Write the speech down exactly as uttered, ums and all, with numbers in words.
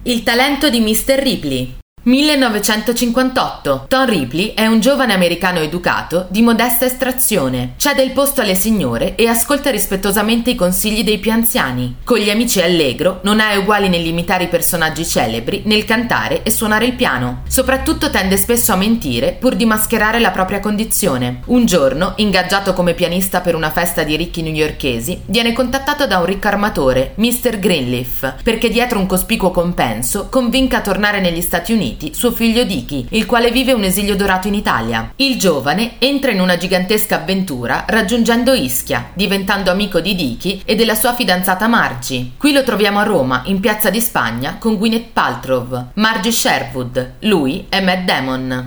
Il talento di mister Ripley. millenovecentocinquantotto. Tom Ripley è un giovane americano educato di modesta estrazione. Cede il posto alle signore e ascolta rispettosamente i consigli dei più anziani. Con gli amici è allegro, non ha uguali nell'imitare i personaggi celebri, nel cantare e suonare il piano. Soprattutto tende spesso a mentire pur di mascherare la propria condizione. Un giorno, ingaggiato come pianista per una festa di ricchi newyorkesi, viene contattato da un ricco armatore, mister Greenleaf, perché dietro un cospicuo compenso convinca a tornare negli Stati Uniti suo figlio Dicky, il quale vive un esilio dorato in Italia. Il giovane entra in una gigantesca avventura raggiungendo Ischia, diventando amico di Dicky e della sua fidanzata Margie. Qui lo troviamo a Roma, in Piazza di Spagna, con Gwyneth Paltrow, Margie Sherwood. Lui è Matt Damon.